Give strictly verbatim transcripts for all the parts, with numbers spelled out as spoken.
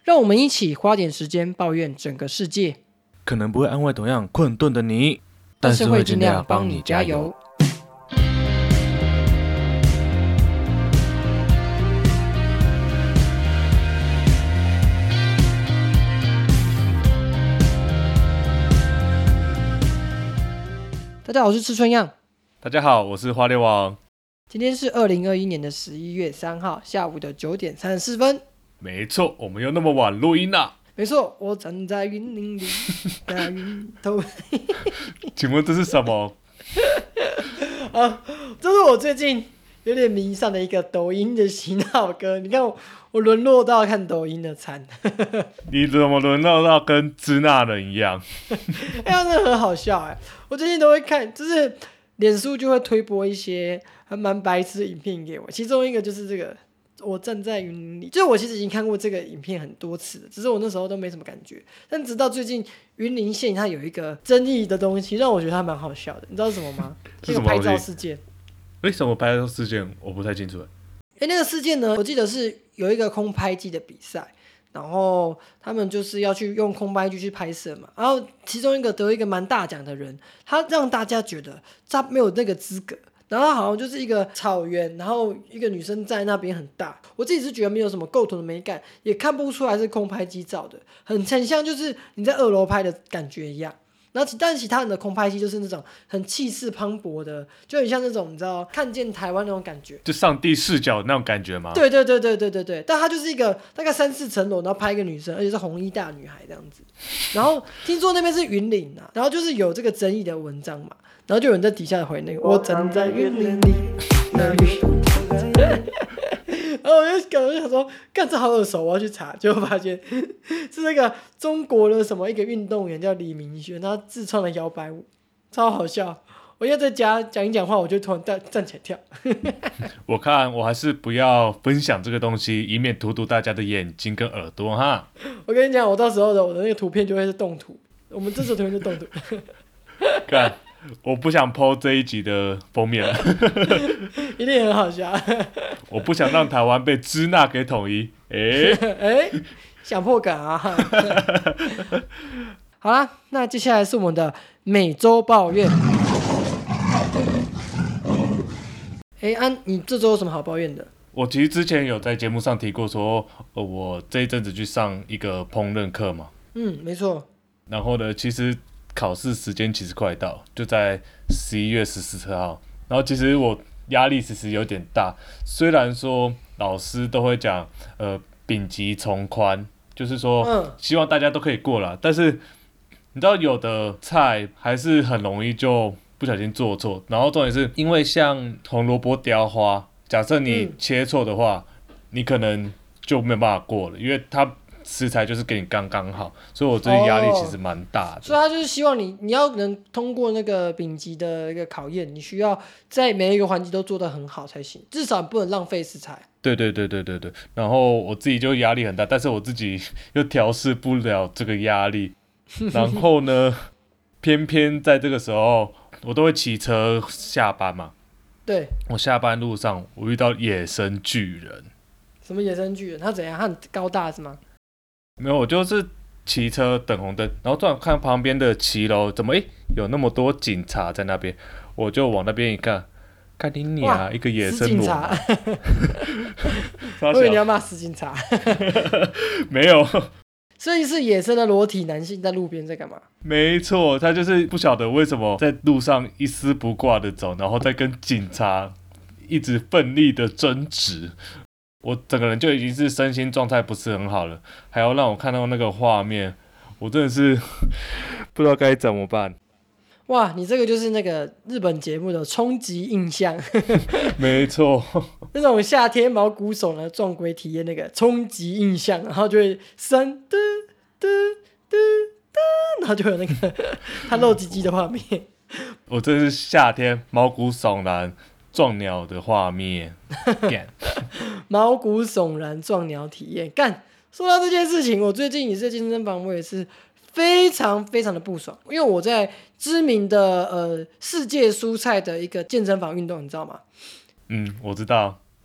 让我们一起花点时间抱怨整个世界， 可能不会安慰同样困顿的你， 但是会尽量帮你加油。大家好，我是吃春样。 大家好，我是花莲王。 今天是二零二一年的十一月三号下午的九点三十四分。 没错，我们又那么晚录音啦。 没错，我站在云林里，大云头。 请问这是什么？ 啊，这是我最近有点迷上的一个抖音的洗脑歌。你看我，我沦落到看抖音的惨。 你怎么沦落到跟支那人一样？ 哎呀，真的很好笑哎！我最近都会看，就是脸书就会推播一些还蛮白痴的影片给我，其中一个就是这个。我站在云林里，就是我其实已经看过这个影片很多次了，只是我那时候都没什么感觉。但直到最近云林县它有一个争议的东西，让我觉得它蛮好笑的。你知道是什么吗？这个拍照事件。 为什么拍照事件？我不太清楚。 哎，那个事件呢，我记得是有一个空拍机的比赛，然后他们就是要去用空拍机去拍摄嘛。然后其中一个得一个蛮大奖的人，他让大家觉得他没有那个资格。然后好像就是一个草原，然后一个女生在那边很大，我自己是觉得没有什么构图的美感，也看不出来是空拍机照的，很很像就是你在二楼拍的感觉一样。然后但其他人的空拍机就是那种很气势磅礴的，就很像那种你知道看见台湾那种感觉， 就上帝视角那种感觉吗？ 对对对对对对对。但它就是一个大概三四层楼，然后拍一个女生，而且是红衣大女孩这样子。然后听说那边是云林啊，然后就是有这个争议的文章嘛。然后就有人在底下回那个我站在云林里，那里然后我就感觉想说，干这好耳熟，我要去查，结果发现是那个中国的什么一个运动员叫李明轩，他自创的摇摆舞，超好笑。我要在家讲一讲话，我就突然站站起来跳。 我看我还是不要分享这个东西，以免荼毒大家的眼睛跟耳朵哈。 我跟你讲，我到时候的我的那个图片就会是动图，我们这时候图片是动图。 干。我不想 po 这一集的封面了。 一定很好笑。 我不想让台湾被支那给统一。哎哎，想破梗啊！好啦，那接下来是我们的每周抱怨。哎，安、啊，你这周有什么好抱怨的？ 我其实之前有在节目上提过说，呃，我这一阵子去上一个烹饪课嘛。 嗯，没错。 然后呢，其实考试时间其实快到，就在十一月十四号。然后其实我压力其实有点大，虽然说老师都会讲，呃，丙级从宽，就是说，嗯，希望大家都可以过啦。但是你知道，有的菜还是很容易就不小心做错。然后重点是因为像红萝卜雕花，假设你切错的话，嗯、你可能就没有办法过了，因为它食材就是给你刚刚好，所以我最近压力其实蛮大的。 哦、所以他就是希望你你要能通过那个丙级的一个考验，你需要在每一个环节都做得很好才行，至少不能浪费食材。 对对对对对对。然后我自己就压力很大，但是我自己又调适不了这个压力。然后呢，偏偏在这个时候，我都会骑车下班嘛。 对。我下班路上，我遇到野生巨人。 什么野生巨人？他怎样？他很高大是吗？ 没有，我就是骑车等红灯，然后突然看旁边的骑楼，怎么诶有那么多警察在那边？我就往那边一看，看你娘，一个野生警察。我以为你要骂死警察。 没有。 所以是野生的裸体男性在路边在干嘛？ 没错，他就是不晓得为什么在路上一丝不挂的走，然后再跟警察一直奋力的争执。我整个人就已经是身心状态不是很好了，还要让我看到那个画面，我真的是不知道该怎么办。 哇，你这个就是那个日本节目的冲击印象。 没错。 那种夏天毛骨悚然的撞鬼体验，那个冲击印象，然后就会声嘟嘟嘟嘟，然后就会有那个他露鸡鸡的画面。 我这是夏天毛骨悚然撞鸟的画面。 毛骨悚然撞鸟体验。干，说到这件事情，我最近也是在健身房，我也是非常非常的不爽，因为我在知名的呃世界蔬菜的一个健身房运动，你知道吗？ 嗯，我知道。 那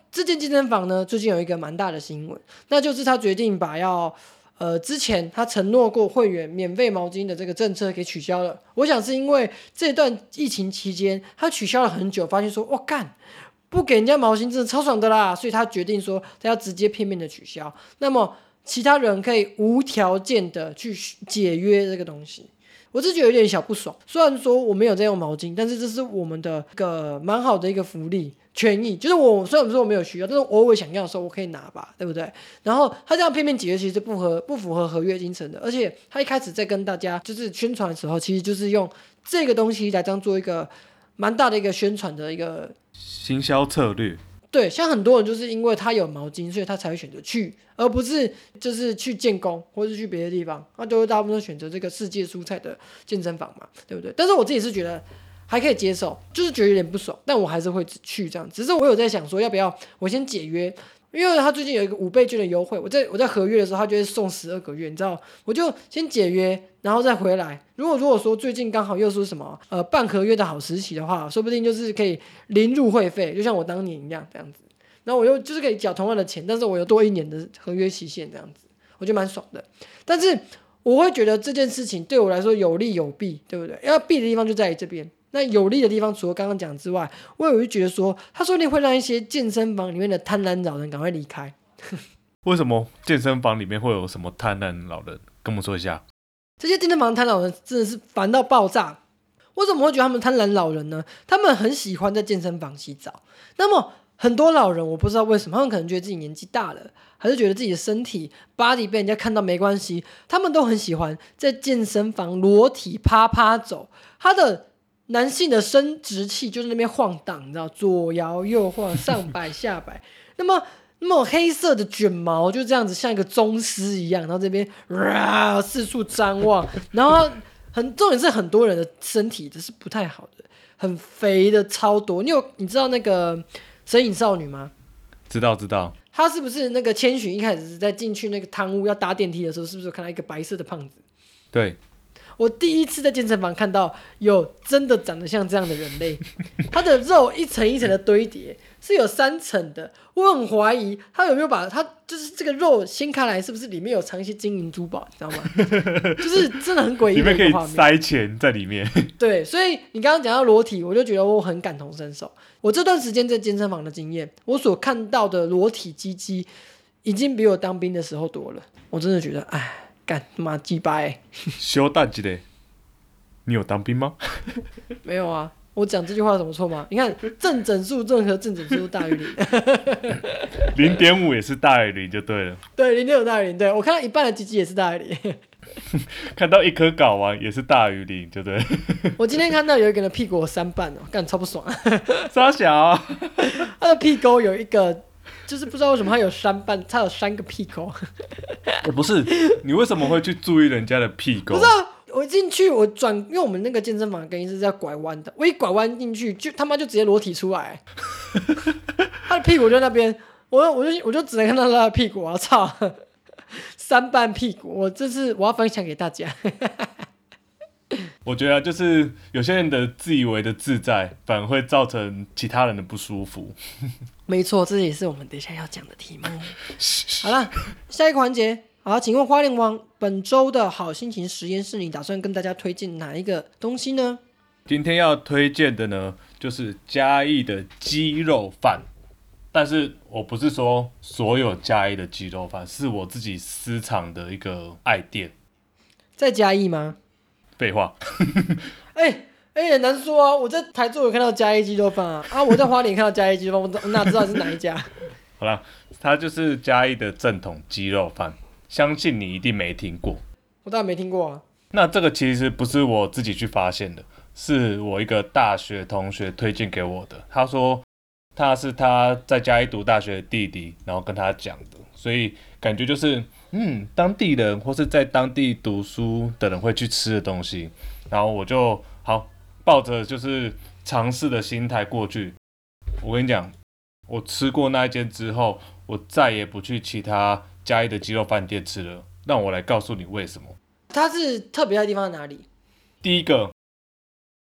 这间健身房呢，最近有一个蛮大的新闻，那就是他决定把要呃之前他承诺过会员免费毛巾的这个政策给取消了。我想是因为这段疫情期间他取消了很久，发现说哇干不给人家毛巾真的超爽的啦，所以他决定说他要直接片面的取消。那么其他人可以无条件的去解约这个东西。我是觉得有点小不爽，虽然说我没有在用毛巾，但是这是我们的一个蛮好的一个福利权益，就是我虽然说我没有需要，但是我偶尔想要的时候我可以拿吧，对不对？然后他这样片面解约其实是不合不符合合约精神的，而且他一开始在跟大家就是宣传的时候，其实就是用这个东西来当做一个蛮大的一个宣传的一个行销策略。 对，像很多人就是因为他有毛巾，所以他才会选择去，而不是就是去建工或是去别的地方，那都大部分都选择这个世界蔬菜的健身房嘛，对不对？但是我自己是觉得还可以接受，就是觉得有点不爽，但我还是会去这样。只是我有在想说，要不要我先解约，因为他最近有一个五倍券的优惠，我在我在合约的时候，他就会送十二个月，你知道，我就先解约，然后再回来。如果如果说最近刚好又是什么呃半合约的好时期的话，说不定就是可以零入会费，就像我当年一样这样子。然后我又就是可以缴同样的钱，但是我有多一年的合约期限这样子，我觉得蛮爽的。但是我会觉得这件事情对我来说有利有弊，对不对？要弊的地方就在于这边。那有利的地方，除了刚刚讲之外，我也会觉得说，他说不定会让一些健身房里面的贪婪老人赶快离开。 为什么健身房里面会有什么贪婪老人？跟我们说一下。 这些健身房的贪婪老人真的是烦到爆炸。为什么会觉得他们贪婪老人呢？他们很喜欢在健身房洗澡。那么很多老人我不知道为什么，他们可能觉得自己年纪大了，还是觉得自己的身体 body 被人家看到没关系，他们都很喜欢在健身房裸体趴趴走。他的男性的生殖器就在那边晃荡，你知道，左摇右晃，上摆下摆。那么那么黑色的卷毛就这样子像一个宗师一样，然后这边哇四处张望，然后很重点是很多人的身体这是不太好的，很肥的超多。你有你知道那个神隐少女吗？ 知道知道。 她是不是那个千寻一开始是在进去那个汤屋要搭电梯的时候，是不是有看到一个白色的胖子？ 对。 我第一次在健身房看到有真的长得像这样的人类，他的肉一层一层的堆叠，是有三层的。我很怀疑他有没有把他就是这个肉掀开来，是不是里面有藏一些金银珠宝，你知道吗？就是真的很诡异的一个画面。 里面可以塞钱在里面。 对，所以你刚刚讲到裸体，我就觉得我很感同身受。我这段时间在健身房的经验，我所看到的裸体鸡鸡，已经比我当兵的时候多了。我真的觉得，哎。干妈鸡巴欸！ 休蛋鸡嘞！你有当兵吗？ 没有啊，我讲这句话有什么错吗？你看正整数任何正整数都大于零， 零点五也是大于零就对了。 对，零点五大于零，对我看到一半的鸡鸡也是大于零， 看到一颗睾丸也是大于零，就对。 我今天看到有一个人的屁股有三瓣哦，干超不爽。 傻小、啊， 他的屁沟有一个。就是不知道为什么他有三瓣，他有三个屁沟。 欸、不是，你为什么会去注意人家的屁沟？ 不是啊，我进去我转，因为我们那个健身房更衣是在拐弯的，我一拐弯进去，就他妈就直接裸体出来，他的屁股就那边，我我就我就只能看到他的屁股，我操，三瓣屁股，我这是我要分享给大家。 我觉得、啊、就是有些人的自以为的自在，反而会造成其他人的不舒服。 没错，这也是我们等一下要讲的题目。好了，下一个环节，好，请问花莲王本周的好心情实验室，你打算跟大家推荐哪一个东西呢？ 今天要推荐的呢，就是嘉义的鸡肉饭。但是我不是说所有嘉义的鸡肉饭，是我自己私藏的一个爱店。 在嘉义吗？ 废话。 哎、欸。哎，很难说啊！我在台中有看到嘉义鸡肉饭啊，啊，我在花莲看到嘉义鸡肉饭，我哪知道是哪一家？ 好啦，它就是嘉义的正统鸡肉饭，相信你一定没听过。 我当然没听过啊。 那这个其实不是我自己去发现的，是我一个大学同学推荐给我的。他说他是他在嘉义读大学的弟弟，然后跟他讲的，所以感觉就是嗯，当地人或是在当地读书的人会去吃的东西。然后我就好。抱着就是尝试的心态过去，我跟你讲，我吃过那一间之后，我再也不去其他嘉义的鸡肉饭店吃了。让我来告诉你为什么。 它是特别的地方在哪里？ 第一个，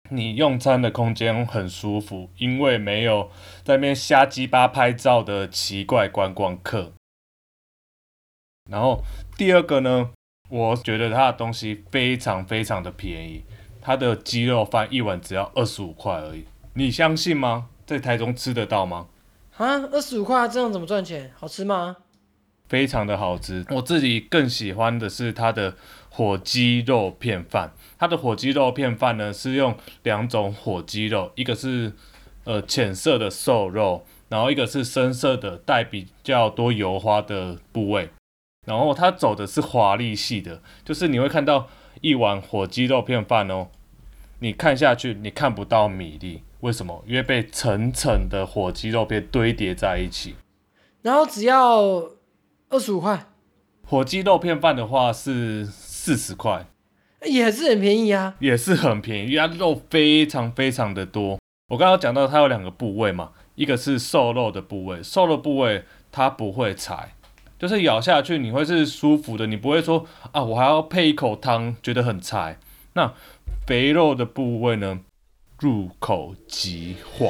你用餐的空间很舒服，因为没有在那边瞎鸡巴拍照的奇怪观光客。然后第二个呢，我觉得它的东西非常非常的便宜，它的鸡肉饭一碗只要二十五块而已，你相信吗？在台中吃得到吗？ 啊，二十五块这样怎么赚钱？好吃吗？ 非常的好吃，我自己更喜欢的是它的火鸡肉片饭。它的火鸡肉片饭呢是用两种火鸡肉，一个是呃浅色的瘦肉，然后一个是深色的带比较多油花的部位。然后它走的是华丽系的，就是你会看到一碗火鸡肉片饭哦，你看下去你看不到米粒，为什么？因为被层层的火鸡肉片堆叠在一起。 然后只要二十五块， 火鸡肉片饭的话是四十块， 也是很便宜啊， 也是很便宜，因为它肉非常非常的多。我刚刚讲到它有两个部位嘛，一个是瘦肉的部位，瘦肉部位它不会柴，就是咬下去你会是舒服的，你不会说啊我还要配一口汤觉得很柴。那肥肉的部位呢，入口即化。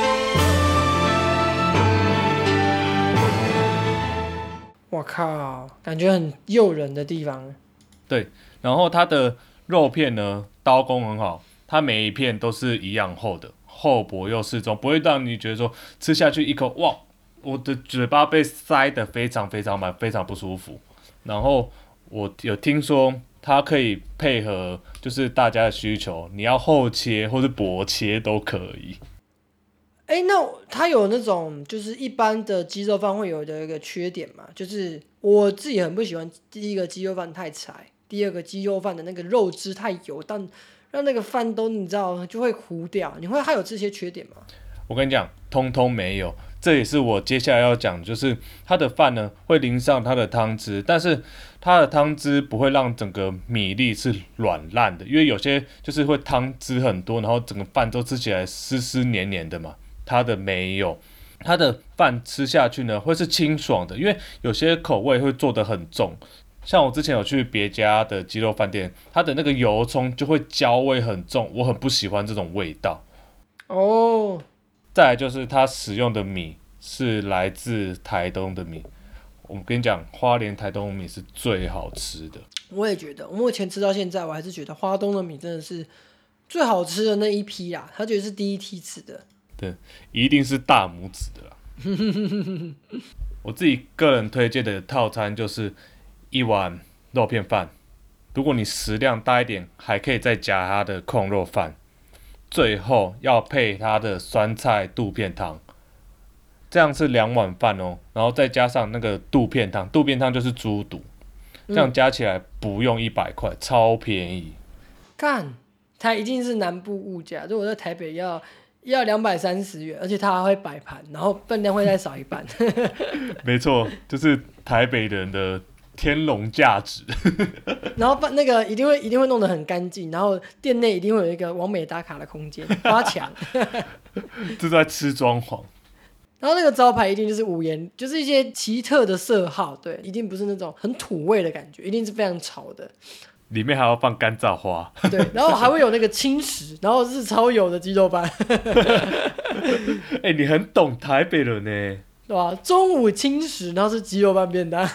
我靠，感觉很诱人的地方。 对，然后它的肉片呢，刀工很好，它每一片都是一样厚的，厚薄又适中，不会让你觉得说吃下去一口哇，我的嘴巴被塞得非常非常满，非常不舒服。然后我有听说它可以配合就是大家的需求，你要厚切或是薄切都可以。 哎，那它有那种就是一般的鸡肉饭会有的一个缺点嘛，就是我自己很不喜欢第一个鸡肉饭太柴，第二个鸡肉饭的那个肉汁太油，但让那个饭都你知道就会糊掉。你会还有这些缺点吗？ 我跟你讲，通通没有。这也是我接下来要讲，就是它的饭呢会淋上它的汤汁，但是它的汤汁不会让整个米粒是软烂的，因为有些就是会汤汁很多，然后整个饭都吃起来湿湿黏黏的嘛。它的没有，它的饭吃下去呢会是清爽的，因为有些口味会做得很重，像我之前有去别家的鸡肉饭店，它的那个油葱就会焦味很重，我很不喜欢这种味道。 哦， 再来就是它使用的米是来自台东的米，我跟你讲，花莲台东米是最好吃的。 我也觉得，我目前吃到现在，我还是觉得花东的米真的是最好吃的那一批啦，它绝对是第一梯次的。 对，一定是大拇指的啦。我自己个人推荐的套餐就是一碗肉片饭，如果你食量大一点，还可以再加它的控肉饭，最后要配它的酸菜肚片汤，这样是两碗饭哦，然后再加上那个肚片汤，肚片汤就是猪肚，这样加起来不用一百块，超便宜。 干，它一定是南部物价，如果在台北要。要两百三十元，而且它还会摆盘，然后分量会再少一半。 没错，就是台北人的天龙价值。 然后那个一定会一定会弄得很干净，然后店内一定会有一个完美打卡的空间，花墙。 这在吃装潢。 然后那个招牌一定就是五颜，就是一些奇特的色号，对，一定不是那种很土味的感觉，一定是非常潮的。 里面还要放干燥花， 对，然后还会有那个轻食，然后是超油的鸡肉饭。 哎、欸，你很懂台北人呢， 对吧？中午轻食，然后是鸡肉饭便当。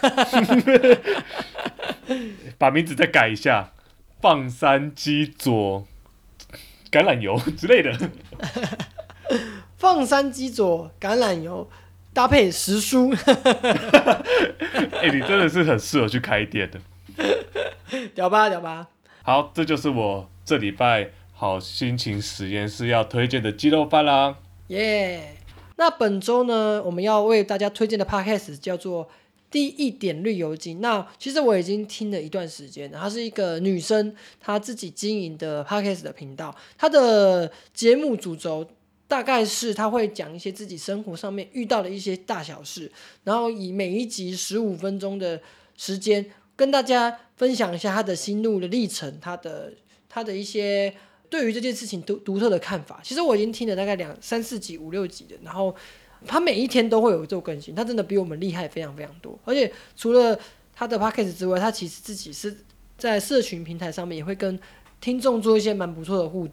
把名字再改一下，放山鸡佐橄榄油之类的。 放山鸡佐橄榄油搭配时蔬。 哎、欸，你真的是很适合去开店的。 屌吧屌吧！ 好，这就是我这礼拜好心情实验室要推荐的鸡肉饭啦。 耶、yeah ！那本周呢，我们要为大家推荐的 podcast 叫做《第一点绿油精》。那其实我已经听了一段时间了，她是一个女生，她自己经营的 podcast 的频道。她的节目主轴大概是她会讲一些自己生活上面遇到的一些大小事，然后以每一集十五分钟的时间。跟大家分享一下他的心路的历程，他的他的一些对于这件事情独独特的看法。其实我已经听了大概两三四集、五六集的，然后他每一天都会有做更新，他真的比我们厉害非常非常多。而且除了他的 podcast 之外，他其实自己是在社群平台上面也会跟听众做一些蛮不错的互动。他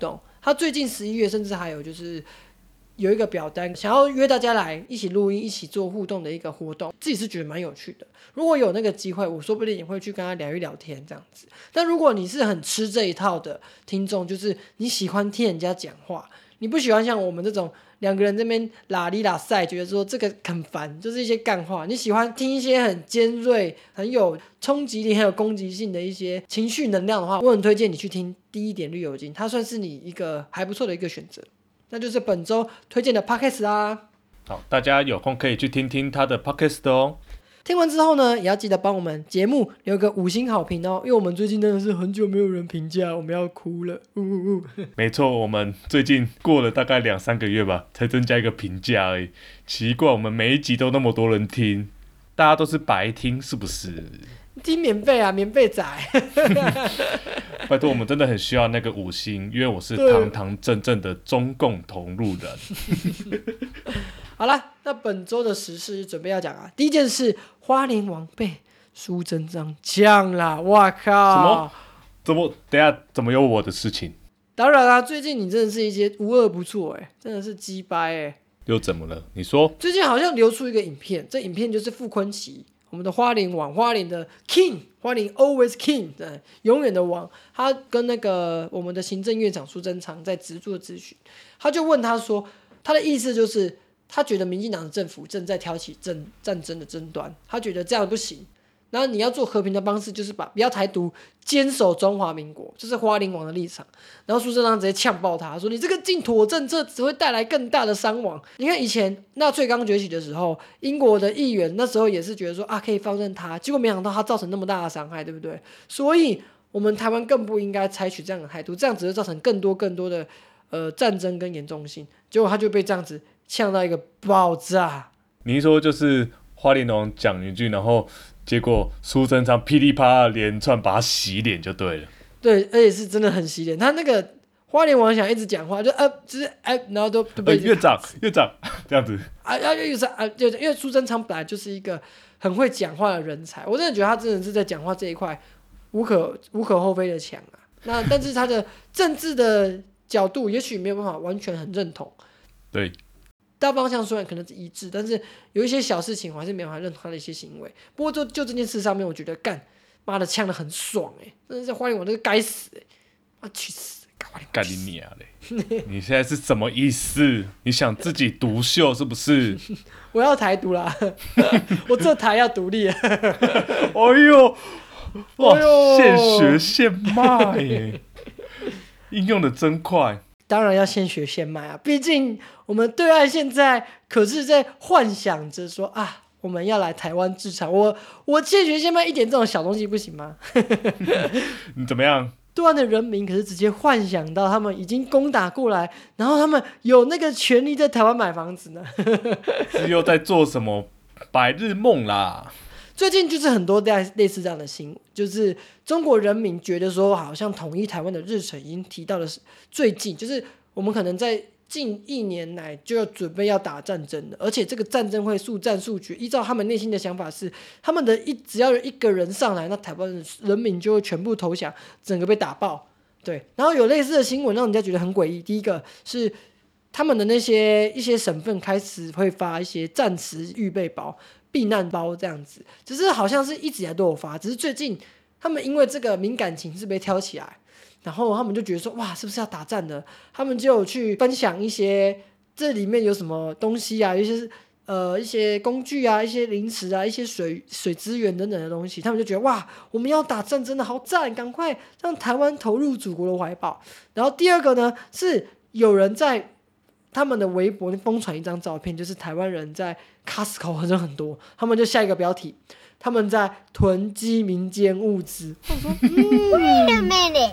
他最近十一月甚至还有就是有一个表单，想要约大家来一起录音、一起做互动的一个活动，自己是觉得蛮有趣的。如果有那个机会，我说不定也会去跟他聊一聊天这样子。但如果你是很吃这一套的听众，就是你喜欢听人家讲话，你不喜欢像我们这种两个人这边拉里拉塞，觉得说这个很烦，就是一些干话。你喜欢听一些很尖锐、很有冲击力、很有攻击性的一些情绪能量的话，我很推荐你去听第一点绿油精，它算是你一个还不错的一个选择。那就是本周推荐的 podcast 啦。 好，大家有空可以去听听他的 podcast 哦。 听完之后呢，也要记得帮我们节目留个五星好评哦，因为我们最近真的是很久没有人评价，我们要哭了。呜呜呜没错，我们最近过了大概两三个月吧，才增加一个评价而已。奇怪，我们每一集都那么多人听，大家都是白听是不是？ 听免费啊，免费仔。 拜托，我们真的很需要那个五星，因为我是堂堂正正的中共同路人。 好啦，那本周的时事准备要讲啊。第一件事，花莲王被苏贞昌呛啦，哇靠！ 什么？怎么？等一下怎么有我的事情？ 当然啦、啊，最近你真的是一些无恶不作哎、欸，真的是鸡掰哎。 又怎么了？你说？ 最近好像流出一个影片，这影片就是傅昆萁，我们的花莲王，花莲的 King， 花莲 always King， 对，永远的王。他跟那个我们的行政院长苏贞昌在直做咨询，他就问他说，他的意思就是。他觉得民进党的政府正在挑起战战争的争端，他觉得这样不行。然后你要做和平的方式，就是把不要台独，坚守中华民国，这是花莲王的立场。然后苏贞昌直接呛爆他，说：“你这个禁妥政策只会带来更大的伤亡。”你看以前纳粹刚崛起的时候，英国的议员那时候也是觉得说啊可以放任他，结果没想到他造成那么大的伤害，对不对？所以我们台湾更不应该采取这样的态度，这样只会造成更多更多的呃战争跟严重性。结果他就被这样子。呛到一个爆炸！ 你一说就是花莲王讲一句，然后结果苏贞昌噼里啪啦连串把他洗脸就对了。 对，而且是真的很洗脸。他那个花莲王想一直讲话，就呃，就是哎、呃，然后都都被、 呃、院长院长这样子啊啊，院长啊，就因为苏贞昌本来就是一个很会讲话的人才，我真的觉得他真的是在讲话这一块无可无可厚非的强啊。那但是他的政治的角度，也许没有办法完全很认同。 对。 大方向虽然可能是一致，但是有一些小事情我还是没办法认同他的一些行为。不过就就这件事上面，我觉得干妈的呛得很爽哎、欸，真的是花莲王这个该死哎、欸，我去死！ 干你娘嘞！你现在是什么意思？你想自己独秀是不是？ 我要台独啦！我这台要独立了。 哎呦，哇，现学现卖耶，应用的真快。 当然要现学现卖啊！毕竟我们对岸现在可是在幻想着说啊，我们要来台湾制裁我，我现学现卖一点这种小东西不行吗？ 你怎么样？ 对岸的人民可是直接幻想到他们已经攻打过来，然后他们有那个权利在台湾买房子呢。 是又在做什么白日梦啦？ 最近就是很多类似这样的新闻，就是中国人民觉得说，好像统一台湾的日程已经提到了最近，就是我们可能在近一年来就要准备要打战争了，而且这个战争会速战速决。依照他们内心的想法是，他们的一只要有一个人上来，那台湾人民就会全部投降，整个被打爆。对，然后有类似的新闻让人家觉得很诡异。第一个是他们的那些一些省份开始会发一些战时预备包。避难包这样子，只是好像是一直以来都有发，只是最近他们因为这个敏感情势被挑起来，然后他们就觉得说哇，是不是要打战了？他们就有去分享一些这里面有什么东西啊，有一些呃一些工具啊，一些零食啊，一些水水资源等等的东西，他们就觉得哇，我们要打战真的好赞，赶快让台湾投入祖国的怀抱。然后第二个呢，是有人在他们的微博疯传一张照片，就是台湾人在 Costco 人很多，他们就下一个标题，他们在囤积民间物资。我说、嗯、 Wait a minute,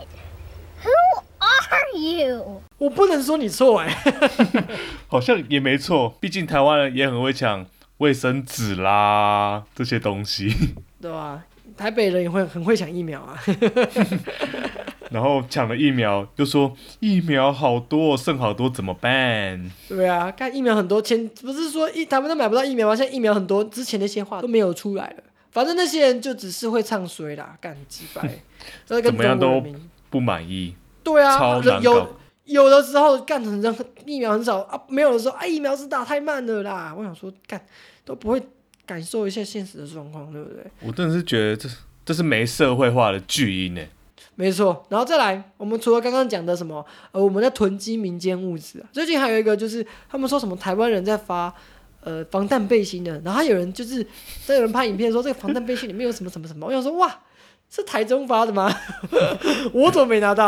who are you？ 我不能说你错哎、欸， 好像也没错，毕竟台湾人也很会抢卫生纸啦这些东西， 对吧、啊？台北人也会很会抢疫苗啊。 然后抢了疫苗，又说疫苗好多，剩好多怎么办？ 对啊，看疫苗很多，前不是说一他们都买不到疫苗吗？现在疫苗很多，之前那些话都没有出来了。反正那些人就只是会唱衰啦，干鸡掰， 怎么样都不满意。 对啊， 超难搞。 有有的时候干成人疫苗很少啊，没有的时候啊疫苗是打太慢了啦。我想说干都不会感受一下现实的状况，对不对？ 我真的是觉得这这是没社会化的巨婴哎。 没错，然后再来，我们除了刚刚讲的什么，呃，我们在囤积民间物资啊，最近还有一个就是他们说什么台湾人在发呃防弹背心的，然后还有人就是在有人拍影片说这个防弹背心里面有什么什么什么，我想说哇，是台中发的吗？我怎么没拿到？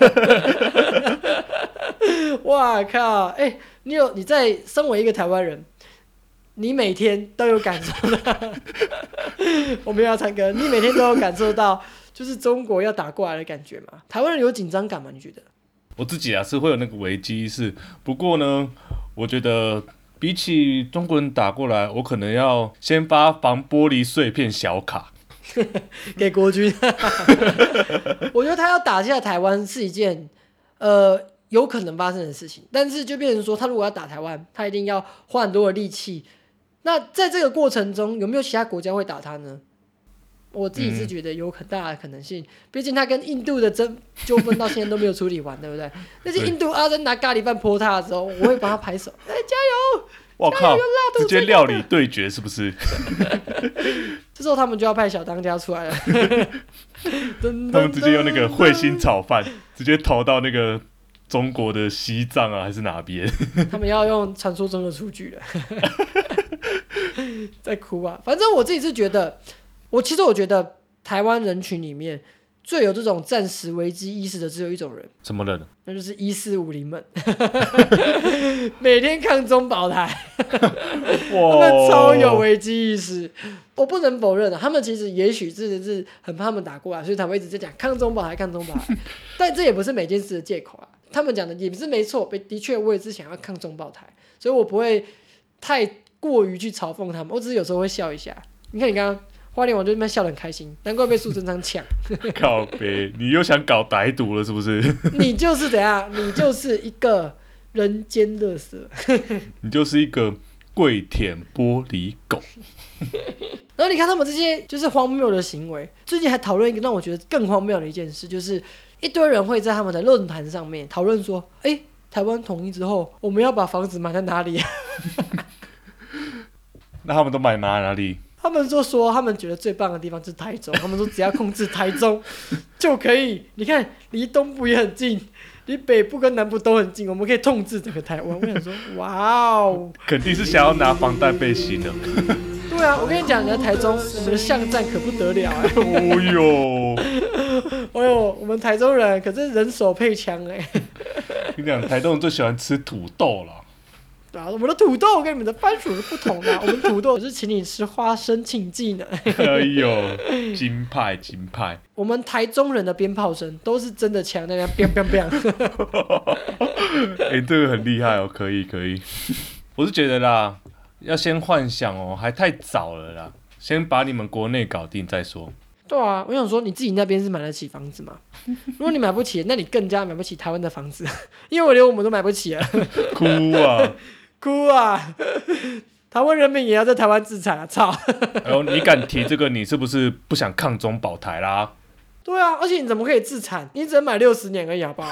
哇靠！哎、欸，你有你在身为一个台湾人，你每天都有感受到，我们要唱歌，你每天都有感受到。就是中国要打过来的感觉嘛？台湾人有紧张感吗？你觉得？ 我自己啊是会有那个危机意识，不过呢，我觉得比起中国人打过来，我可能要先发防玻璃碎片小卡给国军。我觉得他要打下台湾是一件呃有可能发生的事情，但是就变成说，他如果要打台湾，他一定要花很多的力气。那在这个过程中，有没有其他国家会打他呢？我自己是觉得有很大的可能性，毕、嗯、竟他跟印度的争纠纷到现在都没有处理完，对不对？但是印度阿珍拿咖喱饭泼他的时候，我会帮他拍手，哎、欸，加油！ 我靠，直接料理对决是不是？ 这时候他们就要派小当家出来了， 他们直接用那个彗星炒饭，直接投到那个中国的西藏啊，还是哪边？ 他们要用传说中的厨具了，在哭啊！反正我自己是觉得。我其实我觉得台湾人群里面最有这种战时危机意识的只有一种人， 什么人？ 那就是一四五零们，每天抗中保台，他们超有危机意识。我不能否认的，他们其实也许真的是很怕他们打过来，所以才会一直在讲抗中保台、抗中保台。但这也不是每件事的借口啊。他们讲的也不是没错，的确我也是想要抗中保台，所以我不会太过于去嘲讽他们，我只是有时候会笑一下。你看你刚刚。花莲王就那边笑得很开心，难怪被苏贞昌抢。 靠北，你又想搞歹毒了是不是？ 你就是怎样？你就是一个人间垃圾。 你就是一个跪舔玻璃狗。 然后你看他们这些就是荒谬的行为，最近还讨论一个让我觉得更荒谬的一件事，就是一堆人会在他们的论坛上面讨论说：“哎、欸，台湾统一之后，我们要把房子买在哪里、啊？” 那他们都买哪哪里？ 他们就说他们觉得最棒的地方就是台中，他们说只要控制台中就可以。你看，离东部也很近，离北部跟南部都很近，我们可以统治整个台湾。我想说，哇哦， 肯定是想要拿防弹背心的。 对啊，我跟你讲，你在台中，我们的巷战可不得了哎、欸。 哦哟， 哦哟，我们台中人可是人手配枪哎、欸。 跟你讲，台中人最喜欢吃土豆了。 啊、我们的土豆跟你们的番薯是不同的、啊，我们土豆是请你吃花生庆忌呢。 哎呦，金派金派！ 我们台中人的鞭炮声都是真的枪，那样 biang biang biang。 哎，这个很厉害哦，可以可以。我是觉得啦，要先幻想哦，还太早了啦，先把你们国内搞定再说。 对啊，我想说你自己那边是买得起房子吗？如果你买不起，那你更加买不起台湾的房子，因为我连我们都买不起了。 哭啊！ 哭啊！台湾人民也要在台湾自产啊！操！ 哎呦，你敢提这个，你是不是不想抗中保台啦？ 对啊，而且你怎么可以自产？你只能买六十年而已，好不好？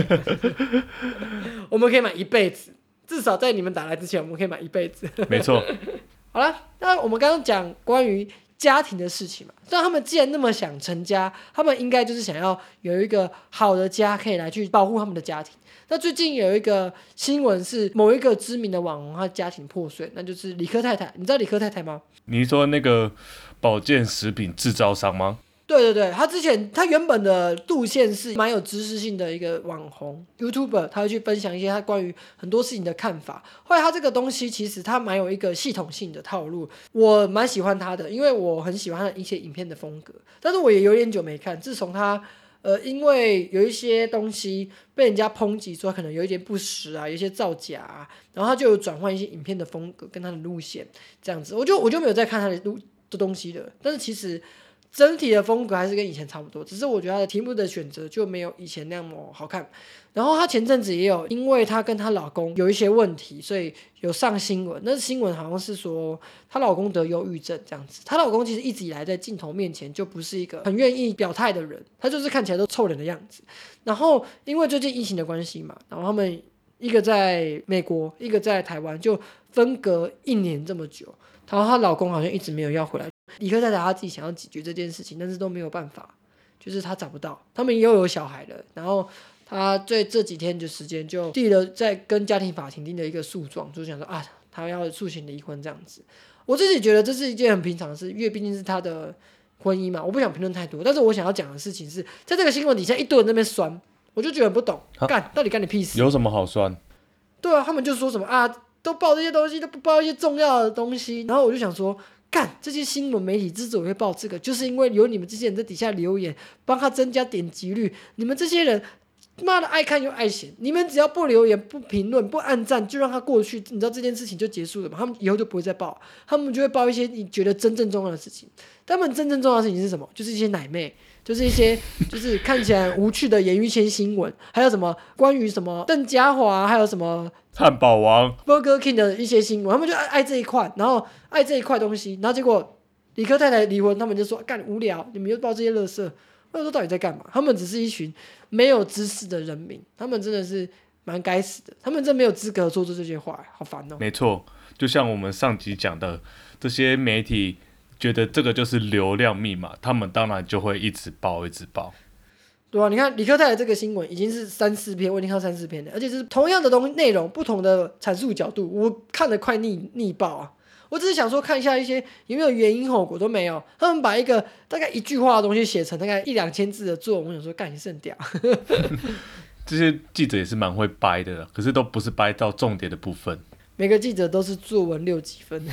我们可以买一辈子，至少在你们打来之前，我们可以买一辈子。 没错。 好了，那我们刚刚讲关于家庭的事情嘛，那他们既然那么想成家，他们应该就是想要有一个好的家，可以来去保护他们的家庭。那最近有一个新闻是某一个知名的网红，他家庭破碎，那就是理科太太。你知道理科太太吗？ 你说那个保健食品制造商吗？ 对对对，他之前他原本的路线是蛮有知识性的一个网红 YouTuber， 他会去分享一些他关于很多事情的看法。后来他这个东西其实他蛮有一个系统性的套路，我蛮喜欢他的，因为我很喜欢他的一些影片的风格。但是我也有点久没看，自从他呃因为有一些东西被人家抨击说可能有一点不实啊，有一些造假啊，然后他就有转换一些影片的风格跟他的路线这样子，我就我就没有再看他的路的东西了。但是其实整体的风格还是跟以前差不多，只是我觉得她的题目的选择就没有以前那么好看。然后她前阵子也有，因为她跟她老公有一些问题，所以有上新闻。那新闻好像是说她老公得忧郁症这样子。她老公其实一直以来在镜头面前就不是一个很愿意表态的人，他就是看起来都臭脸的样子。然后因为最近疫情的关系嘛，然后他们一个在美国，一个在台湾，就分隔一年这么久。然后她老公好像一直没有要回来。理科太太她自己想要解决这件事情，但是都没有办法，就是她找不到。他们又有小孩了，然后她在这几天的时间就递了在跟家庭法庭订了一个诉状，就想说啊，她要诉请离婚这样子。我自己觉得这是一件很平常的事，因为毕竟是她的婚姻嘛，我不想评论太多。但是我想要讲的事情是在这个新闻底下一堆人在那边酸，我就觉得很不懂，干到底干你屁事？ 有什么好酸？ 对啊，他们就说什么啊，都报这些东西，都不报一些重要的东西。然后我就想说，干这些新闻媒体之所以会报这个，就是因为有你们这些人在底下留言，帮他增加点击率。你们这些人，妈的爱看又爱嫌，你们只要不留言、不评论、不按赞，就让他过去，你知道这件事情就结束了嘛？他们以后就不会再报，他们就会报一些你觉得真正重要的事情。他们真正重要的事情是什么？就是一些奶妹。就是一些就是看起来无趣的演艺圈新闻，还有什么关于什么邓家华，还有什么汉堡王 Burger King 的一些新闻，他们就爱爱这一块，然后爱这一块东西，然后结果理科太太离婚，他们就说干无聊，你们又报这些垃圾，我说到底在干嘛？他们只是一群没有知识的人民，他们真的是蛮该死的，他们真没有资格说出这些话，好烦哦。 没错，就像我们上集讲的，这些媒体觉得这个就是流量密码，他们当然就会一直报一直报。 对啊，你看理科太太这个新闻已经是三四篇，我已经看三四篇了，而且是同样的东内容，不同的阐述角度，我看得快腻腻爆啊！我只是想说看一下一些有没有原因后果，都没有。他们把一个大概一句话的东西写成大概一两千字的作文，我想说干你是很屌。 这些记者也是蛮会掰的，可是都不是掰到重点的部分。 每个记者都是作文六几分。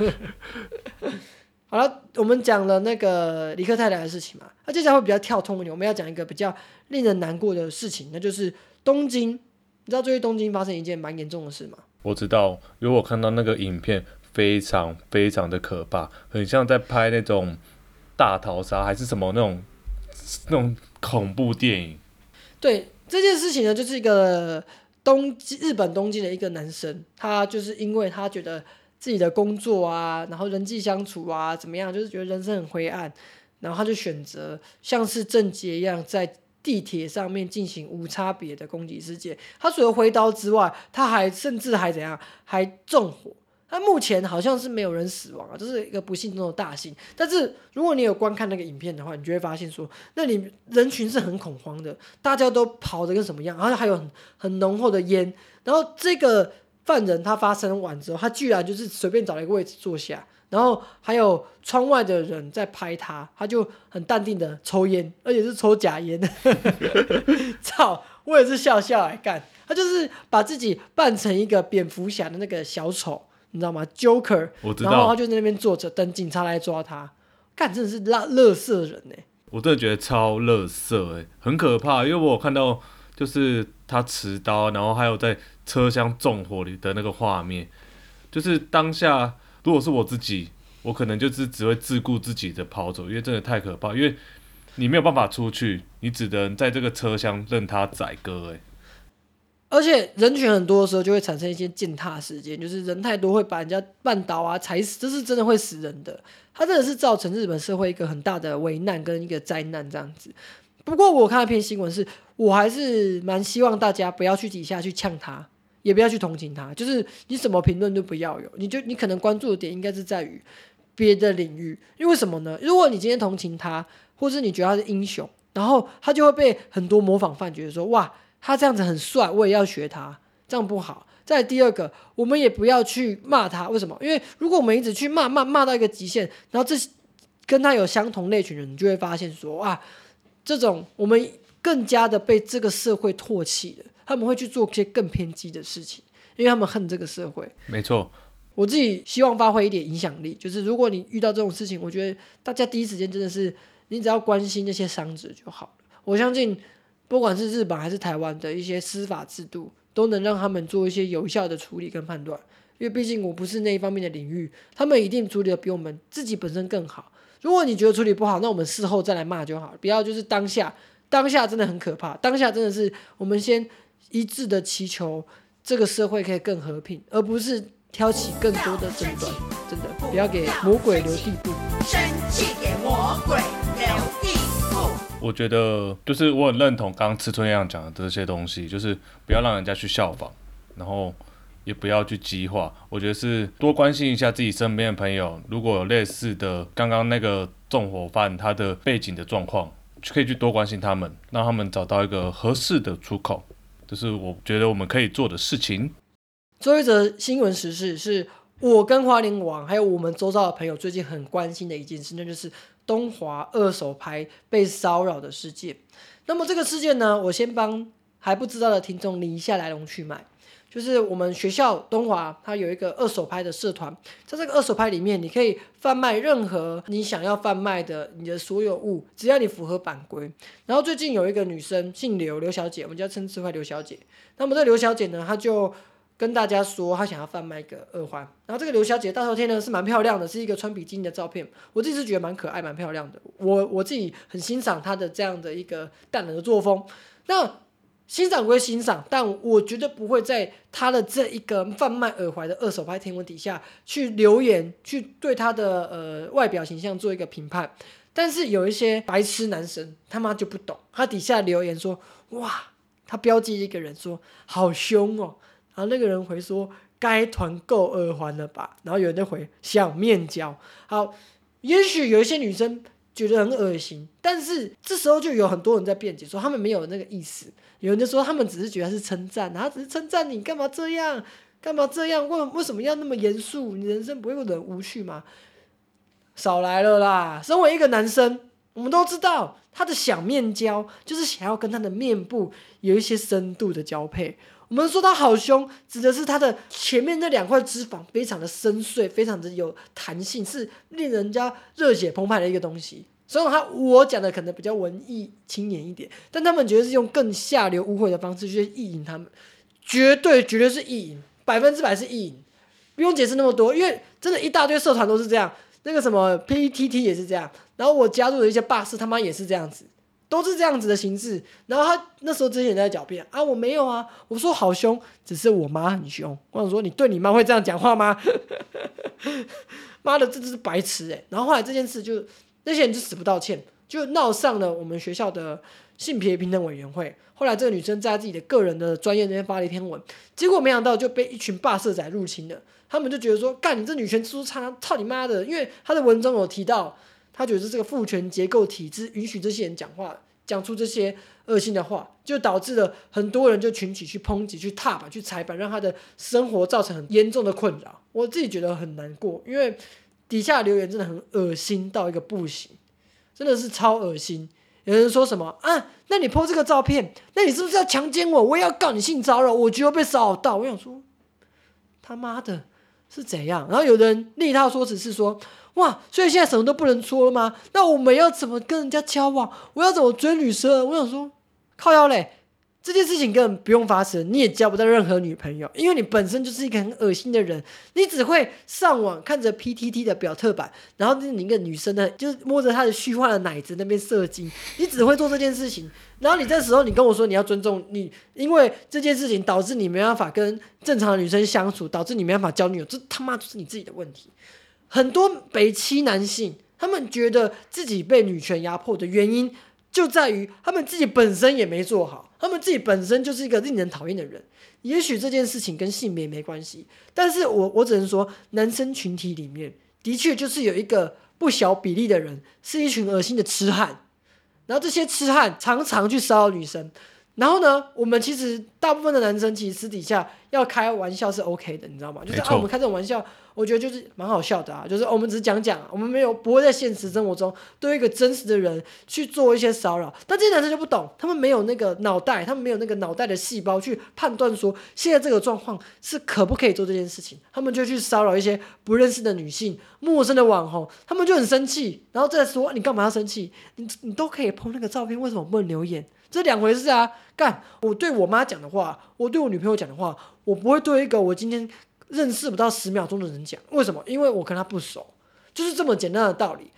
好了，我们讲了那个理科太太的事情嘛，那接下来会比较跳通一点，我们要讲一个比较令人难过的事情，那就是东京。你知道最近东京发生一件蛮严重的事吗？ 我知道，因为我看到那个影片非常非常的可怕，很像在拍那种大逃杀还是什么那种那种恐怖电影。 对，这件事情呢，就是一个东日本东京的一个男生，他就是因为他觉得自己的工作啊，然后人际相处啊，怎么样，就是觉得人生很灰暗，然后他就选择像是郑捷一样，在地铁上面进行无差别的攻击事件。他除了挥刀之外，他还甚至还怎样，还纵火。他目前好像是没有人死亡啊，这是一个不幸中的大幸。但是如果你有观看那个影片的话，你就会发现说，那里人群是很恐慌的，大家都跑得跟什么样，然后还有很很浓厚的烟，然后这个犯人他发生完之后，他居然就是随便找了一个位置坐下，然后还有窗外的人在拍他，他就很淡定的抽烟，而且是抽假烟。操，我也是笑笑来干，他就是把自己扮成一个蝙蝠侠的那个小丑，你知道吗 ？Joker， 我知道， 然后他就在那边坐着等警察来抓他，干真的是垃垃圾人哎、欸！ 我真的觉得超垃圾哎，很可怕，因为我有看到就是他持刀，然后还有在车厢纵火里的那个画面，就是当下如果是我自己，我可能就是只会自顾自己的跑走，因为真的太可怕，因为你没有办法出去，你只能在这个车厢任他宰割哎。 而且人群很多的时候就会产生一些践踏事件，就是人太多会把人家绊倒啊、踩死，这是真的会死人的。它真的是造成日本社会一个很大的危难跟一个灾难这样子。不过我看那篇新闻是，我还是蛮希望大家不要去底下去呛他，也不要去同情他，就是你什么评论都不要有，你就你可能关注的点应该是在于别的领域。因为什么呢？如果你今天同情他，或是你觉得他是英雄，然后他就会被很多模仿犯觉得说，哇，他这样子很帅，我也要学他，这样不好。再来第二个，我们也不要去骂他，为什么？因为如果我们一直去骂骂骂到一个极限，然后这跟他有相同类群的人，你就会发现说，啊，这种我们更加的被这个社会唾弃了，他们会去做一些更偏激的事情，因为他们恨这个社会。 没错， 我自己希望发挥一点影响力，就是如果你遇到这种事情，我觉得大家第一时间真的是，你只要关心那些伤者就好了。我相信，不管是日本还是台湾的一些司法制度，都能让他们做一些有效的处理跟判断。因为毕竟我不是那一方面的领域，他们一定处理的比我们自己本身更好。 如果你觉得处理不好，那我们事后再来骂就好了，不要就是当下，当下真的很可怕，当下真的是我们先一致的祈求这个社会可以更和平，而不是挑起更多的争端。真的不要给魔鬼留地步， 生气给魔鬼留地步。 我觉得就是我很认同刚刚吃春样讲的这些东西，就是不要让人家去效仿，然后也不要去激化。我觉得是多关心一下自己身边的朋友，如果有类似的刚刚那个纵火犯他的背景的状况，可以去多关心他们，让他们找到一个合适的出口，这是我觉得我们可以做的事情。 最后一则新闻时事是我跟花莲王还有我们周遭的朋友最近很关心的一件事，那就是东华二手拍被骚扰的事件。那么这个事件呢，我先帮还不知道的听众理一下来龙去脉。就是我们学校东华它有一个二手拍的社团，在这个二手拍里面，你可以贩卖任何你想要贩卖的你的所有物，只要你符合版规。然后最近有一个女生姓刘，刘小姐，我们叫称之为刘小姐。那么这刘小姐呢，她就跟大家说她想要贩卖一个耳环，然后这个刘小姐大头贴呢是蛮漂亮的，是一个穿比基尼的照片，我自己是觉得蛮可爱蛮漂亮的，我我自己很欣赏她的这样的一个淡然的作风。那欣赏归欣赏，但我绝对不会在她的这一个贩卖耳环的二手拍天文底下去留言，去对她的呃外表形象做一个评判。但是有一些白痴男生他妈就不懂，他底下留言说哇，他标记一个人说好凶哦，然后那个人回说该团购耳环了吧，然后有人就回想面交。好，也许有一些女生觉得很恶心，但是这时候就有很多人在辩解说他们没有那个意思，有人就说他们只是觉得是称赞，他只是称赞你干嘛这样干嘛这样，为为什么要那么严肃，你人生不会很无趣吗？少来了啦，身为一个男生我们都知道他的想面交就是想要跟他的面部有一些深度的交配。我们说他好凶，指的是他的前面那两块脂肪非常的深邃，非常的有弹性，是令人家热血澎湃的一个东西。所以他我讲的可能比较文艺青年一点，但他们觉得是用更下流污秽的方式去意淫他们，绝对绝对是意淫，百分之百是意淫，不用解释那么多，因为真的一大堆社团都是这样，那个什么 P T T 也是这样，然后我加入的一些霸士他妈也是这样子，都是这样子的形式。然后他那时候之前也在狡辩啊，我没有啊，我说好凶，只是我妈很凶。我想说你对你妈会这样讲话吗？妈的，这就是白痴哎、欸！然后后来这件事就那些人就死不道歉，就闹上了我们学校的性别平等委员会。后来这个女生在自己的个人的专业那边发了一篇文，结果没想到就被一群霸社仔入侵了。他们就觉得说，干你这女权知识差，操你妈的！因为他的文中有提到，他觉得这个父权结构体制允许这些人讲话，讲出这些恶心的话，就导致了很多人就群起去抨击、去踏板、去踩板，让他的生活造成很严重的困扰。我自己觉得很难过，因为底下留言真的很恶心到一个不行，真的是超恶心。有人说什么啊？那你 po 这个照片，那你是不是要强奸我？我也要告你性骚扰，我觉得被骚扰到。我想说，他妈的是怎样？然后有人另一套说辞是说，哇，所以现在什么都不能说了吗？那我们要怎么跟人家交往？我要怎么追女生？我想说，靠腰嘞，这件事情根本不用发生，你也交不到任何女朋友，因为你本身就是一个很恶心的人，你只会上网看着 P T T 的表特版，然后你一个女生呢，就是摸着她的虚幻的奶子那边射精，你只会做这件事情。然后你这时候你跟我说你要尊重你，因为这件事情导致你没办法跟正常的女生相处，导致你没办法交女友，这他妈就是你自己的问题。很多北七男性，他们觉得自己被女权压迫的原因，就在于他们自己本身也没做好，他们自己本身就是一个令人讨厌的人。也许这件事情跟性别没关系，但是我我只能说，男生群体里面的确就是有一个不小比例的人，是一群恶心的痴汉。然后这些痴汉常常去骚扰女生，然后呢，我们其实大部分的男生其实私底下要开玩笑是 OK 的，你知道吗？就是啊，我们开这种玩笑，我觉得就是蛮好笑的啊。就是、哦、我们只是讲讲，我们没有不会在现实生活中对一个真实的人去做一些骚扰。但这些男生就不懂，他们没有那个脑袋，他们没有那个脑袋的细胞去判断说现在这个状况是可不可以做这件事情，他们就去骚扰一些不认识的女性、陌生的网红，他们就很生气，然后再说你干嘛要生气？你你都可以 po 那个照片，为什么不能留言？这两回事啊！干，我对我妈讲的话，我对我女朋友讲的话，我不会对一个我今天认识不到十秒钟的人讲。为什么？因为我跟她不熟，就是这么简单的道理。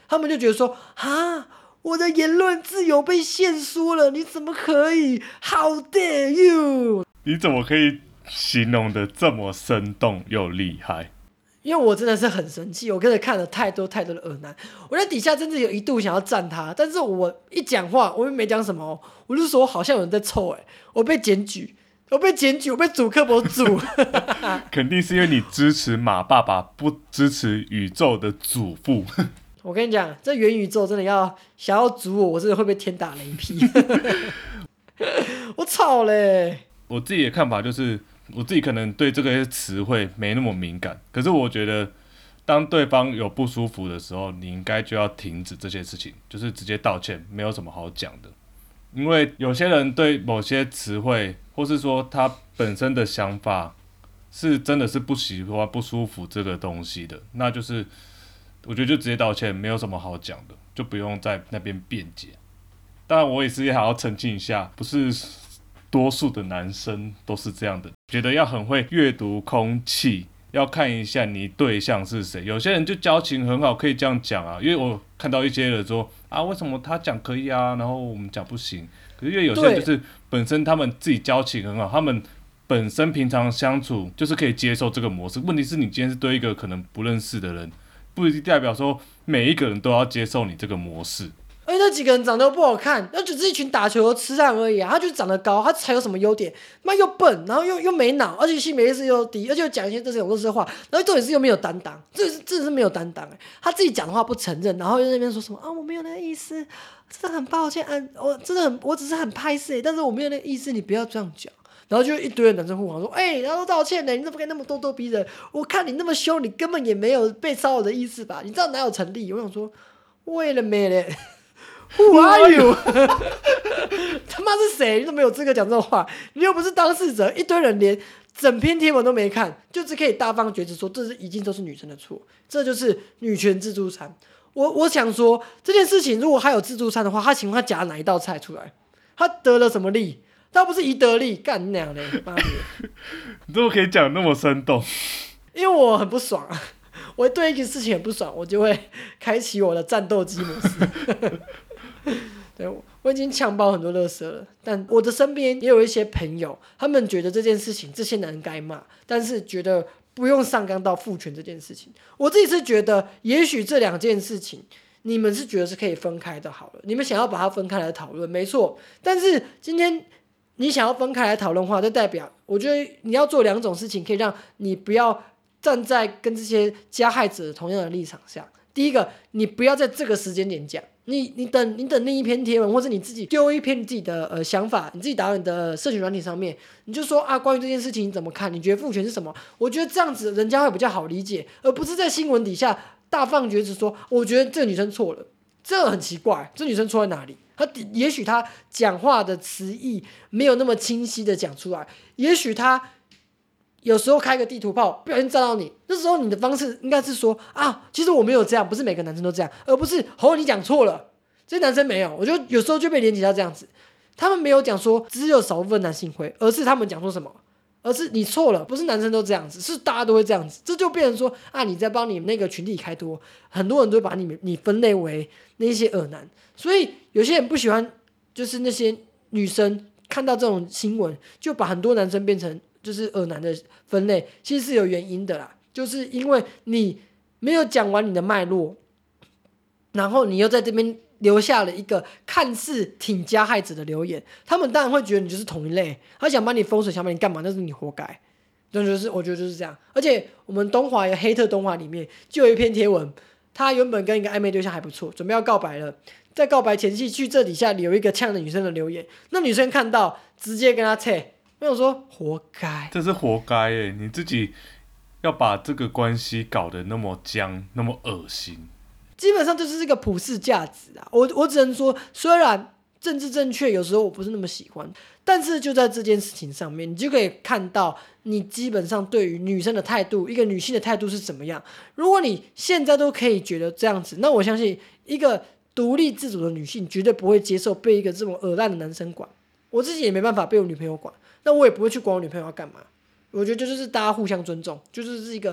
他们就觉得说啊，我的言论自由被限缩了，你怎么可以 ？How dare you！ 你怎么可以形容的这么生动又厉害？ 因为我真的是很生气，我真的看了太多太多的恶男，我在底下真的有一度想要赞他，但是我一讲话，我又没讲什么，我就说好像有人在臭哎、欸，我被检举，我被检举，我被主科博主， 肯定是因为你支持马爸爸，不支持宇宙的祖父。 我跟你讲，这元宇宙真的要想要阻我，我真的会被天打雷劈。我操嘞！ 我自己的看法就是，我自己可能对这个词汇没那么敏感，可是我觉得，当对方有不舒服的时候，你应该就要停止这些事情，就是直接道歉，没有什么好讲的。因为有些人对某些词汇，或是说他本身的想法，是真的是不喜欢、不舒服这个东西的，那就是我觉得就直接道歉，没有什么好讲的，就不用在那边辩解。当然，我也是还要澄清一下，不是多数的男生都是这样的，觉得要很会阅读空气，要看一下你对象是谁。有些人就交情很好，可以这样讲啊。因为我看到一些人说啊，为什么他讲可以啊，然后我们讲不行。可是因为有些人就是本身他们自己交情很好，他们本身平常相处就是可以接受这个模式。问题是你今天是对一个可能不认识的人，不一定代表说每一个人都要接受你这个模式。 而且那几个人长得又不好看，那只是一群打球的痴汉而已啊！他就长得高，他才有什么优点？妈又笨，然后又又没脑，而且性别意识又低，而且又讲一些这种垃圾话，然后重点是又没有担当，这是真的是没有担当哎！他自己讲的话不承认，然后又在那边说什么啊，我没有那个意思，真的很抱歉啊，我真的很，我只是很拍摄，但是我没有那个意思，你不要这样讲。然后就一堆的男生护航说，哎、欸，然后道歉呢，你怎么可以那么咄咄逼人？我看你那么凶，你根本也没有被骚扰的意思吧？你知道哪有成立？我想说，为了没嘞。Who are you？ 他妈是谁？你怎么有资格讲这种话？你又不是当事者，一堆人连整篇贴文都没看，就只可以大放厥词说这是已经都是女生的错，这就是女权自助餐。我我想说这件事情，如果他有自助餐的话，他请问他夹哪一道菜出来？他得了什么利？他不是宜得利，干你娘嘞！妈的！ 你怎么可以讲那么生动？ 因为我很不爽啊，我对一件事情很不爽，我就会开启我的战斗机模式。对，我已经抢爆很多垃圾了，但我的身边也有一些朋友，他们觉得这件事情这些男该骂，但是觉得不用上纲到父权这件事情。我自己是觉得，也许这两件事情你们是觉得是可以分开的，好了，你们想要把它分开来讨论，没错。但是今天你想要分开来讨论的话，就代表我觉得你要做两种事情，可以让你不要站在跟这些加害者同样的立场下。第一个，你不要在这个时间点讲。你你等你等另一篇贴文，或者你自己丢一篇你自己的呃想法，你自己打到你的社群软体上面，你就说啊，关于这件事情你怎么看？你觉得父权是什么？我觉得这样子人家会比较好理解，而不是在新闻底下大放厥词说，我觉得这个女生错了，这很奇怪，这女生错在哪里？她也许她讲话的词义没有那么清晰的讲出来，也许她有时候开个地图炮不小心炸到你，那时候你的方式应该是说啊，其实我没有这样，不是每个男生都这样，而不是吼你讲错了，这些男生没有。我觉得有时候就被连结到这样子，他们没有讲说只有少部分男性会，而是他们讲说什么，而是你错了，不是男生都这样子，是大家都会这样子，这就变成说啊你在帮你们那个群体开脱，很多人都把你你分类为那些恶男，所以有些人不喜欢，就是那些女生看到这种新闻，就把很多男生变成就是恶男的分类，其实是有原因的啦，就是因为你没有讲完你的脉络，然后你又在这边留下了一个看似挺加害者的留言，他们当然会觉得你就是同一类，他想把你封锁，想把你干嘛，那是你活该。就是我觉得就是这样。而且我们东华有黑特东华里面就有一篇贴文，他原本跟一个暧昧对象还不错，准备要告白了，在告白前夕去这底下留一个呛的女生的留言，那女生看到直接跟他切，我想说活该， 这是活该耶！你自己要把这个关系搞得那么僵，那么恶心， 基本上就是这个普世价值啊。我我只能说，虽然政治正确有时候我不是那么喜欢，但是就在这件事情上面，你就可以看到你基本上对于女生的态度，一个女性的态度是怎么样。如果你现在都可以觉得这样子，那我相信一个独立自主的女性绝对不会接受被一个这么恶烂的男生管。我自己也没办法被我女朋友管，那我也不会去管我女朋友要干嘛。我觉得这就是大家互相尊重，就是是一个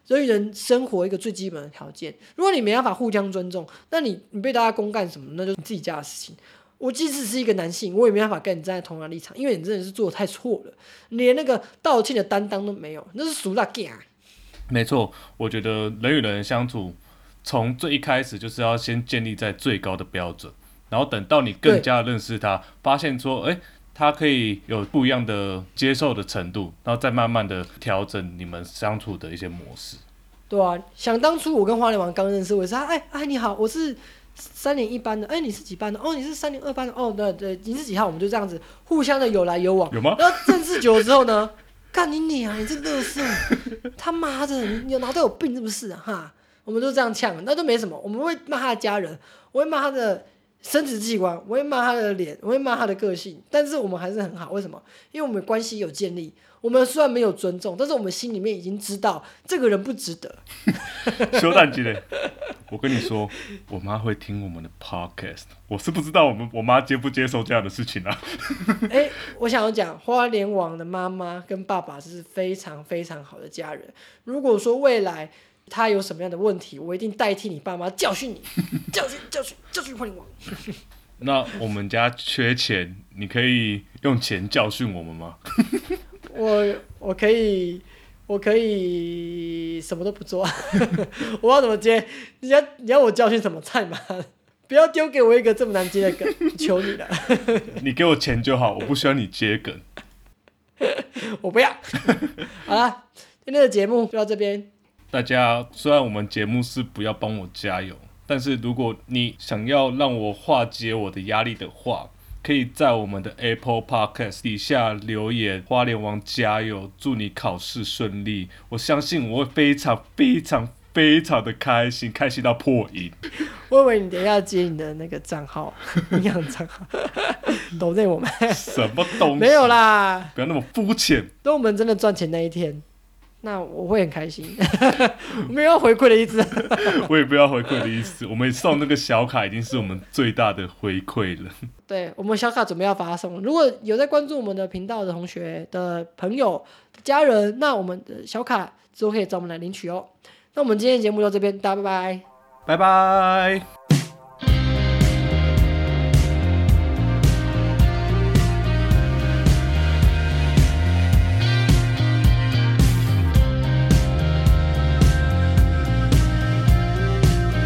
人与人生活一个最基本的条件。如果你没办法互相尊重，那你你被大家公干什么，那就是你自己家的事情。我即使是一个男性，我也没办法跟你站在同样立场，因为你真的是做的太错了，连那个道歉的担当都没有，那是俗大囝。 没错，我觉得人与人相处，从最一开始就是要先建立在最高的标准，然后等到你更加认识他，发现说，哎。他可以有不一样的接受的程度，然后再慢慢的调整你们相处的一些模式。 对啊，想当初我跟花莲王刚认识，我也是哎哎你好，我是三年一班的，哎你是几班的？哦你是三年二班的，哦对对，你是几号？我们就这样子互相的有来有往。 有吗？ 然后认识久了之后呢，干你你啊，你这垃圾，他妈的，你你脑袋有病是不是啊？哈，我们都这样呛，那都没什么，我们会骂他的家人，我会骂他的生殖器官，我会骂他的脸，我会骂他的个性，但是我们还是很好。为什么？因为我们关系有建立。我们虽然没有尊重，但是我们心里面已经知道这个人不值得。 修蛋鸡嘞，我跟你说，我妈会听我们的 podcast， 我是不知道我们我妈接不接受这样的事情啊。 哎、欸，我想要讲，花莲王的妈妈跟爸爸是非常非常好的家人。如果说未来他有什么样的问题，我一定代替你爸妈教训你，教训教训教训花莲王。 那我们家缺钱，你可以用钱教训我们吗？ 我我可以，我可以什么都不做。我要怎么接？你要你要我教训什么菜吗？不要丢给我一个这么难接的梗，求你了。 你给我钱就好，我不需要你接梗。 我不要。好啦，今天的节目就到这边。 大家虽然我们节目是不要帮我加油，但是如果你想要让我化解我的压力的话，可以在我们的 Apple Podcast 底下留言花莲王加油，祝你考试顺利。我相信我会非常非常非常的开心，开心到破音。 我以为你等一下接你的那个账号，营养账号，抖内我们什么东西？ 没有啦， 不要那么肤浅。 等我们真的赚钱那一天，那我会很开心。我没有要回馈的意思。 我也不要回馈的意思，我们送那个小卡已经是我们最大的回馈了。 对，我们小卡准备要发送，如果有在关注我们的频道的同学的朋友、家人，那我们的小卡之后可以找我们来领取哦。那我们今天的节目到这边，大家拜拜， 拜拜。